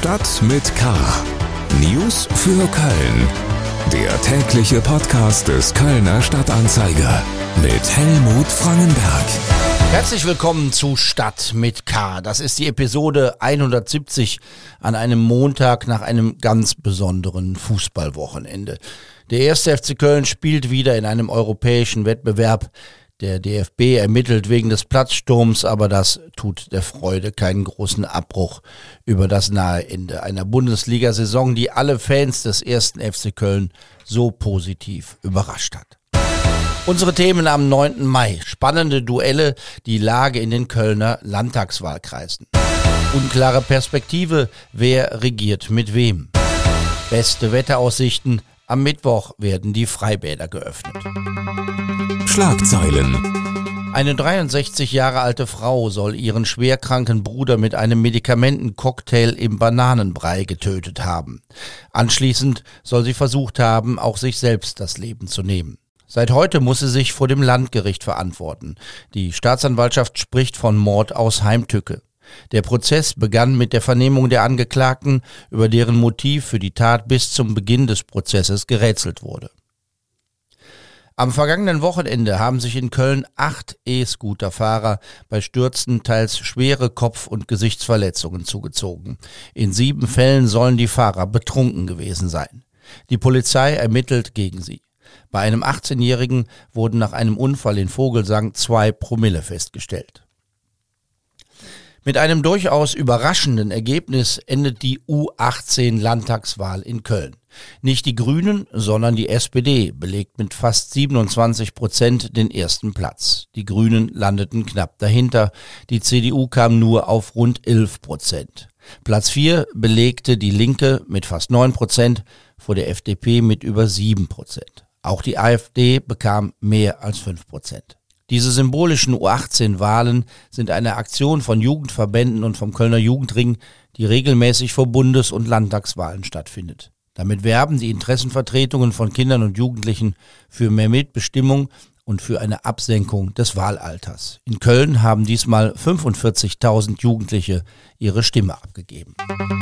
Stadt mit K. News für Köln. Der tägliche Podcast des Kölner Stadtanzeiger mit Helmut Frangenberg. Herzlich willkommen zu Stadt mit K. Das ist die Episode 170 an einem Montag nach einem ganz besonderen Fußballwochenende. Der 1. FC Köln spielt wieder in einem europäischen Wettbewerb. Der DFB ermittelt wegen des Platzsturms, aber das tut der Freude keinen großen Abbruch über das nahe Ende einer Bundesliga-Saison, die alle Fans des 1. FC Köln so positiv überrascht hat. Unsere Themen am 9. Mai. Spannende Duelle, die Lage in den Kölner Landtagswahlkreisen. Unklare Perspektive, wer regiert mit wem. Beste Wetteraussichten, am Mittwoch werden die Freibäder geöffnet. Schlagzeilen. Eine 63 Jahre alte Frau soll ihren schwerkranken Bruder mit einem Medikamentencocktail im Bananenbrei getötet haben. Anschließend soll sie versucht haben, auch sich selbst das Leben zu nehmen. Seit heute muss sie sich vor dem Landgericht verantworten. Die Staatsanwaltschaft spricht von Mord aus Heimtücke. Der Prozess begann mit der Vernehmung der Angeklagten, über deren Motiv für die Tat bis zum Beginn des Prozesses gerätselt wurde. Am vergangenen Wochenende haben sich in Köln 8 E-Scooter-Fahrer bei Stürzen teils schwere Kopf- und Gesichtsverletzungen zugezogen. In 7 Fällen sollen die Fahrer betrunken gewesen sein. Die Polizei ermittelt gegen sie. Bei einem 18-Jährigen wurden nach einem Unfall in Vogelsang 2 Promille festgestellt. Mit einem durchaus überraschenden Ergebnis endet die U18-Landtagswahl in Köln. Nicht die Grünen, sondern die SPD belegt mit fast 27% den ersten Platz. Die Grünen landeten knapp dahinter. Die CDU kam nur auf rund 11%. Platz 4 belegte die Linke mit fast 9%, vor der FDP mit über 7%. Auch die AfD bekam mehr als 5%. Diese symbolischen U18-Wahlen sind eine Aktion von Jugendverbänden und vom Kölner Jugendring, die regelmäßig vor Bundes- und Landtagswahlen stattfindet. Damit werben die Interessenvertretungen von Kindern und Jugendlichen für mehr Mitbestimmung und für eine Absenkung des Wahlalters. In Köln haben diesmal 45.000 Jugendliche ihre Stimme abgegeben.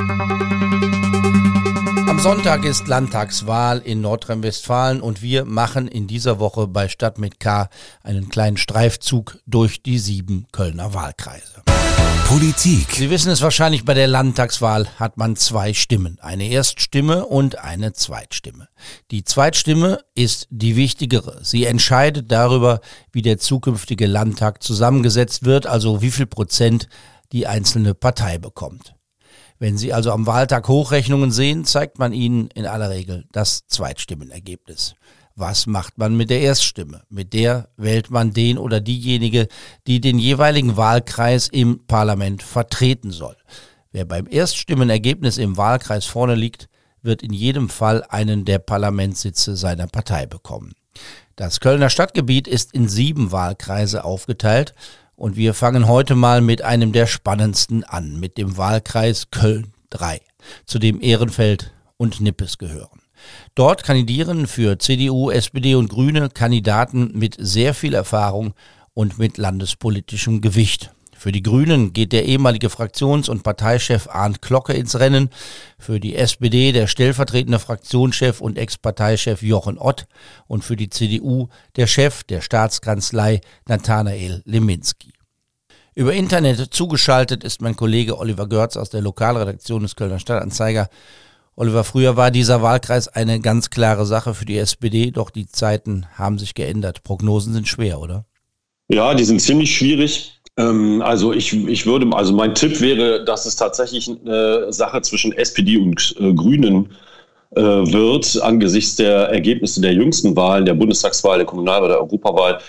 Am Sonntag ist Landtagswahl in Nordrhein-Westfalen und wir machen in dieser Woche bei Stadt mit K einen kleinen Streifzug durch die 7 Kölner Wahlkreise. Politik. Sie wissen es wahrscheinlich, bei der Landtagswahl hat man 2 Stimmen, eine Erststimme und eine Zweitstimme. Die Zweitstimme ist die wichtigere. Sie entscheidet darüber, wie der zukünftige Landtag zusammengesetzt wird, also wie viel Prozent die einzelne Partei bekommt. Wenn Sie also am Wahltag Hochrechnungen sehen, zeigt man Ihnen in aller Regel das Zweitstimmenergebnis. Was macht man mit der Erststimme? Mit der wählt man den oder diejenige, die den jeweiligen Wahlkreis im Parlament vertreten soll. Wer beim Erststimmenergebnis im Wahlkreis vorne liegt, wird in jedem Fall einen der Parlamentssitze seiner Partei bekommen. Das Kölner Stadtgebiet ist in 7 Wahlkreise aufgeteilt. Und wir fangen heute mal mit einem der spannendsten an, mit dem Wahlkreis Köln 3, zu dem Ehrenfeld und Nippes gehören. Dort kandidieren für CDU, SPD und Grüne Kandidaten mit sehr viel Erfahrung und mit landespolitischem Gewicht. Für die Grünen geht der ehemalige Fraktions- und Parteichef Arndt Klocke ins Rennen, für die SPD der stellvertretende Fraktionschef und Ex-Parteichef Jochen Ott und für die CDU der Chef der Staatskanzlei Nathanael Leminski. Über Internet zugeschaltet ist mein Kollege Oliver Görz aus der Lokalredaktion des Kölner Stadtanzeiger. Oliver, früher war dieser Wahlkreis eine ganz klare Sache für die SPD, doch die Zeiten haben sich geändert. Prognosen sind schwer, oder? Ja, die sind ziemlich schwierig. Also mein Tipp wäre, dass es tatsächlich eine Sache zwischen SPD und Grünen wird. Angesichts der Ergebnisse der jüngsten Wahlen, der Bundestagswahl, der Kommunalwahl, der Europawahl,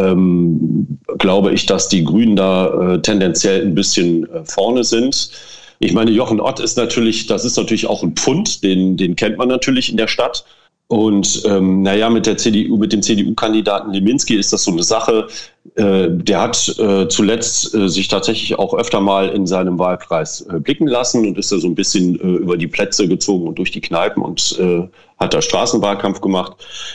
glaube ich, dass die Grünen da tendenziell ein bisschen vorne sind. Ich meine, Jochen Ott ist natürlich auch ein Pfund, den kennt man natürlich in der Stadt. Und mit dem CDU-Kandidaten Leminski ist das so eine Sache. Der hat zuletzt sich tatsächlich auch öfter mal in seinem Wahlkreis blicken lassen und ist da so ein bisschen über die Plätze gezogen und durch die Kneipen und hat da Straßenwahlkampf gemacht.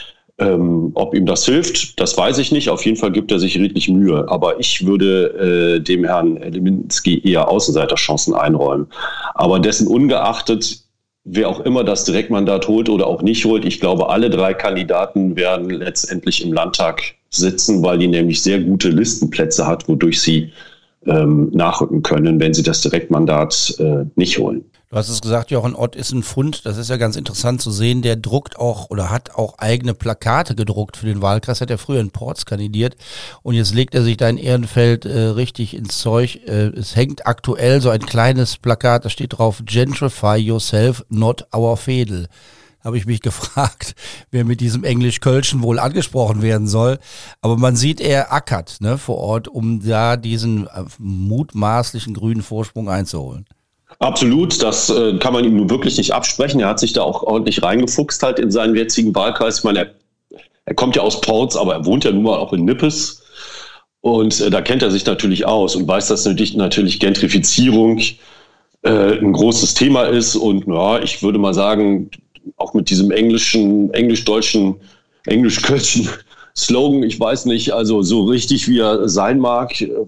Ob ihm das hilft, das weiß ich nicht. Auf jeden Fall gibt er sich redlich Mühe. Aber ich würde dem Herrn Leminski eher Außenseiterchancen einräumen. Aber dessen ungeachtet, wer auch immer das Direktmandat holt oder auch nicht holt, ich glaube, alle 3 Kandidaten werden letztendlich im Landtag sitzen, weil die nämlich sehr gute Listenplätze hat, wodurch sie nachrücken können, wenn sie das Direktmandat nicht holen. Du hast es gesagt, Jochen Ott ist ein Fund, das ist ja ganz interessant zu sehen, der druckt auch oder hat auch eigene Plakate gedruckt für den Wahlkreis, hat er früher in Porz kandidiert und jetzt legt er sich da in Ehrenfeld richtig ins Zeug. Es hängt aktuell so ein kleines Plakat, da steht drauf, Gentrify yourself, not our Veedel. Habe ich mich gefragt, wer mit diesem Englisch-Kölschen wohl angesprochen werden soll. Aber man sieht, er ackert vor Ort, um da diesen mutmaßlichen grünen Vorsprung einzuholen. Absolut, das kann man ihm nun wirklich nicht absprechen. Er hat sich da auch ordentlich reingefuchst halt in seinen jetzigen Wahlkreis. Ich meine, er kommt ja aus Porz, aber er wohnt ja nun mal auch in Nippes. Und da kennt er sich natürlich aus und weiß, dass natürlich Gentrifizierung ein großes Thema ist. Und ja, ich würde mal sagen, auch mit diesem englisch-deutschen, englisch-kölschen Slogan, ich weiß nicht, also so richtig wie er sein mag,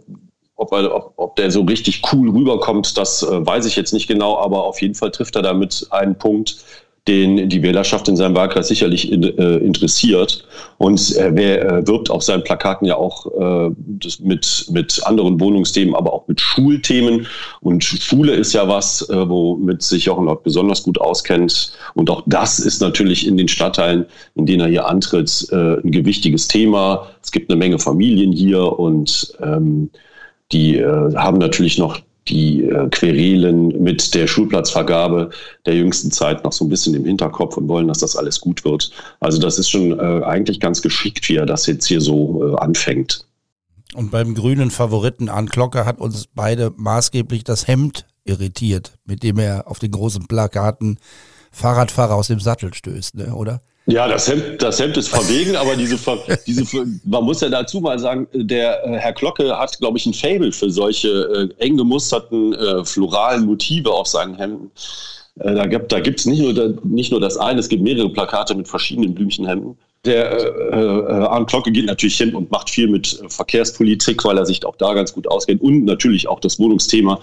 ob der so richtig cool rüberkommt, das weiß ich jetzt nicht genau, aber auf jeden Fall trifft er damit einen Punkt, den die Wählerschaft in seinem Wahlkreis sicherlich interessiert. Und er wirbt auf seinen Plakaten ja auch mit anderen Wohnungsthemen, aber auch mit Schulthemen. Und Schule ist ja was, womit sich Jochen Ott besonders gut auskennt. Und auch das ist natürlich in den Stadtteilen, in denen er hier antritt, ein gewichtiges Thema. Es gibt eine Menge Familien hier und die haben natürlich noch die Querelen mit der Schulplatzvergabe der jüngsten Zeit noch so ein bisschen im Hinterkopf und wollen, dass das alles gut wird. Also das ist schon eigentlich ganz geschickt, wie er das jetzt hier so anfängt. Und beim grünen Favoriten Arndt Klocke hat uns beide maßgeblich das Hemd irritiert, mit dem er auf den großen Plakaten Fahrradfahrer aus dem Sattel stößt, ne, oder? Ja, das Hemd ist verwegen, aber man muss ja dazu mal sagen, der Herr Klocke hat, glaube ich, ein Faible für solche eng gemusterten floralen Motive auf seinen Hemden. Da gibt's nicht nur das eine, es gibt mehrere Plakate mit verschiedenen Blümchenhemden. Der Arndt Klocke geht natürlich hin und macht viel mit Verkehrspolitik, weil er sich auch da ganz gut auskennt und natürlich auch das Wohnungsthema.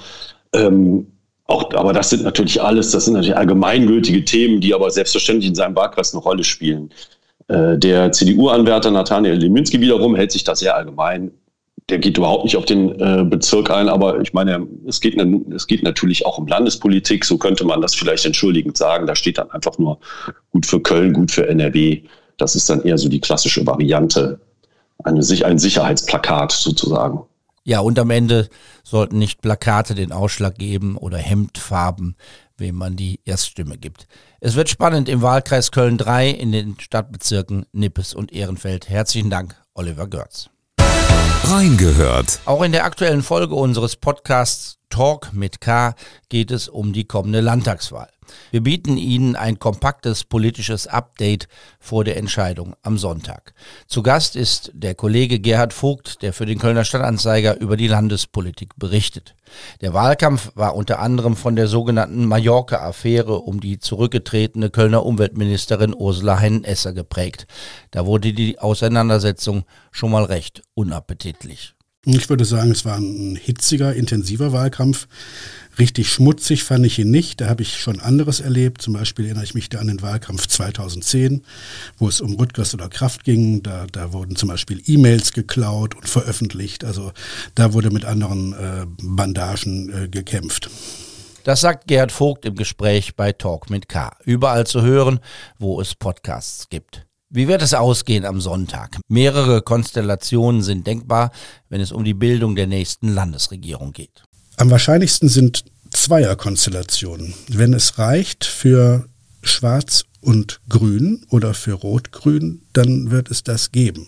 Aber das sind natürlich allgemeingültige Themen, die aber selbstverständlich in seinem Wahlkreis eine Rolle spielen. Der CDU-Anwärter Nathanael Leminski wiederum hält sich da sehr allgemein. Der geht überhaupt nicht auf den Bezirk ein, aber ich meine, es geht natürlich auch um Landespolitik, so könnte man das vielleicht entschuldigend sagen. Da steht dann einfach nur gut für Köln, gut für NRW. Das ist dann eher so die klassische Variante, ein Sicherheitsplakat sozusagen. Ja, und am Ende sollten nicht Plakate den Ausschlag geben oder Hemdfarben, wem man die Erststimme gibt. Es wird spannend im Wahlkreis Köln 3 in den Stadtbezirken Nippes und Ehrenfeld. Herzlichen Dank, Oliver Görz. Reingehört. Auch in der aktuellen Folge unseres Podcasts Talk mit K geht es um die kommende Landtagswahl. Wir bieten Ihnen ein kompaktes politisches Update vor der Entscheidung am Sonntag. Zu Gast ist der Kollege Gerhard Vogt, der für den Kölner Stadtanzeiger über die Landespolitik berichtet. Der Wahlkampf war unter anderem von der sogenannten Mallorca-Affäre um die zurückgetretene Kölner Umweltministerin Ursula Hennesser geprägt. Da wurde die Auseinandersetzung schon mal recht unappetitlich. Ich würde sagen, es war ein hitziger, intensiver Wahlkampf. Richtig schmutzig fand ich ihn nicht. Da habe ich schon anderes erlebt. Zum Beispiel erinnere ich mich da an den Wahlkampf 2010, wo es um Rüttgers oder Kraft ging. Da wurden zum Beispiel E-Mails geklaut und veröffentlicht. Also da wurde mit anderen Bandagen gekämpft. Das sagt Gerhard Vogt im Gespräch bei Talk mit K. Überall zu hören, wo es Podcasts gibt. Wie wird es ausgehen am Sonntag? Mehrere Konstellationen sind denkbar, wenn es um die Bildung der nächsten Landesregierung geht. Am wahrscheinlichsten sind Zweierkonstellationen. Wenn es reicht für Schwarz und Grün oder für Rot-Grün, dann wird es das geben.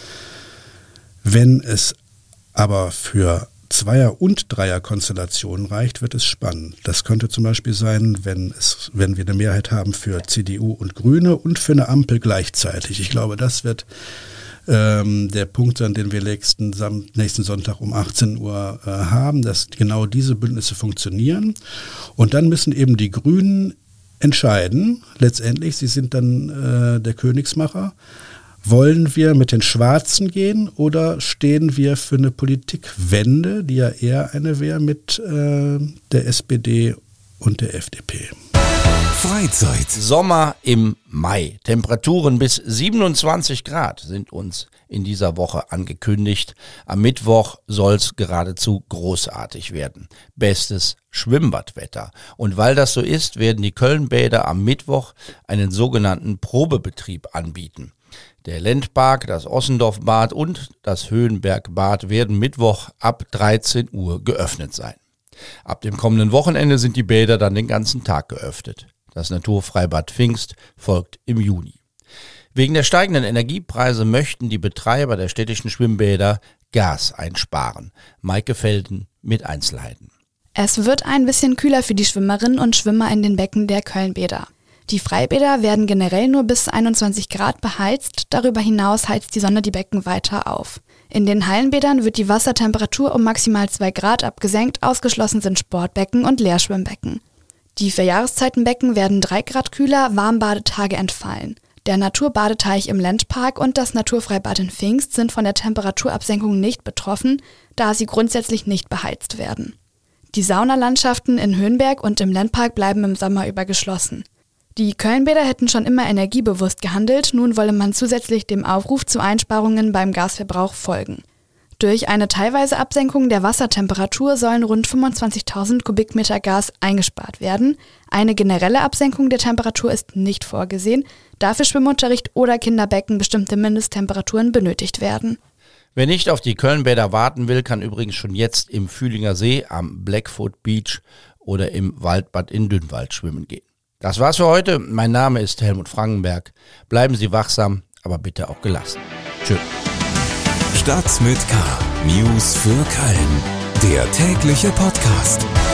Wenn es aber für Zweier- und Dreierkonstellationen reicht, wird es spannend. Das könnte zum Beispiel sein, wenn wir eine Mehrheit haben für CDU und Grüne und für eine Ampel gleichzeitig. Ich glaube, das wird der Punkt sein, den wir nächsten Sonntag um 18 Uhr haben, dass genau diese Bündnisse funktionieren. Und dann müssen eben die Grünen entscheiden, letztendlich, sie sind dann der Königsmacher. Wollen wir mit den Schwarzen gehen oder stehen wir für eine Politikwende, die ja eher eine wäre mit der SPD und der FDP. Freizeit. Sommer im Mai. Temperaturen bis 27 Grad sind uns in dieser Woche angekündigt. Am Mittwoch soll es geradezu großartig werden. Bestes Schwimmbadwetter. Und weil das so ist, werden die Kölnbäder am Mittwoch einen sogenannten Probebetrieb anbieten. Der Lendpark, das Ossendorfbad und das Höhenbergbad werden Mittwoch ab 13 Uhr geöffnet sein. Ab dem kommenden Wochenende sind die Bäder dann den ganzen Tag geöffnet. Das Naturfreibad Pfingst folgt im Juni. Wegen der steigenden Energiepreise möchten die Betreiber der städtischen Schwimmbäder Gas einsparen. Maike Felden mit Einzelheiten. Es wird ein bisschen kühler für die Schwimmerinnen und Schwimmer in den Becken der Kölnbäder. Die Freibäder werden generell nur bis 21 Grad beheizt, darüber hinaus heizt die Sonne die Becken weiter auf. In den Hallenbädern wird die Wassertemperatur um maximal 2 Grad abgesenkt, ausgeschlossen sind Sportbecken und Leerschwimmbecken. Die 4 Jahreszeitenbecken werden 3 Grad kühler, Warmbadetage entfallen. Der Naturbadeteich im Lendpark und das Naturfreibad in Pfingst sind von der Temperaturabsenkung nicht betroffen, da sie grundsätzlich nicht beheizt werden. Die Saunalandschaften in Höhenberg und im Lendpark bleiben im Sommer über geschlossen. Die Kölnbäder hätten schon immer energiebewusst gehandelt, nun wolle man zusätzlich dem Aufruf zu Einsparungen beim Gasverbrauch folgen. Durch eine teilweise Absenkung der Wassertemperatur sollen rund 25.000 Kubikmeter Gas eingespart werden. Eine generelle Absenkung der Temperatur ist nicht vorgesehen, da für Schwimmunterricht oder Kinderbecken bestimmte Mindesttemperaturen benötigt werden. Wer nicht auf die Kölnbäder warten will, kann übrigens schon jetzt im Fühlinger See, am Blackfoot Beach oder im Waldbad in Dünnwald schwimmen gehen. Das war's für heute. Mein Name ist Helmut Frankenberg. Bleiben Sie wachsam, aber bitte auch gelassen. Tschüss. Stadt mit K. News für Köln. Der tägliche Podcast.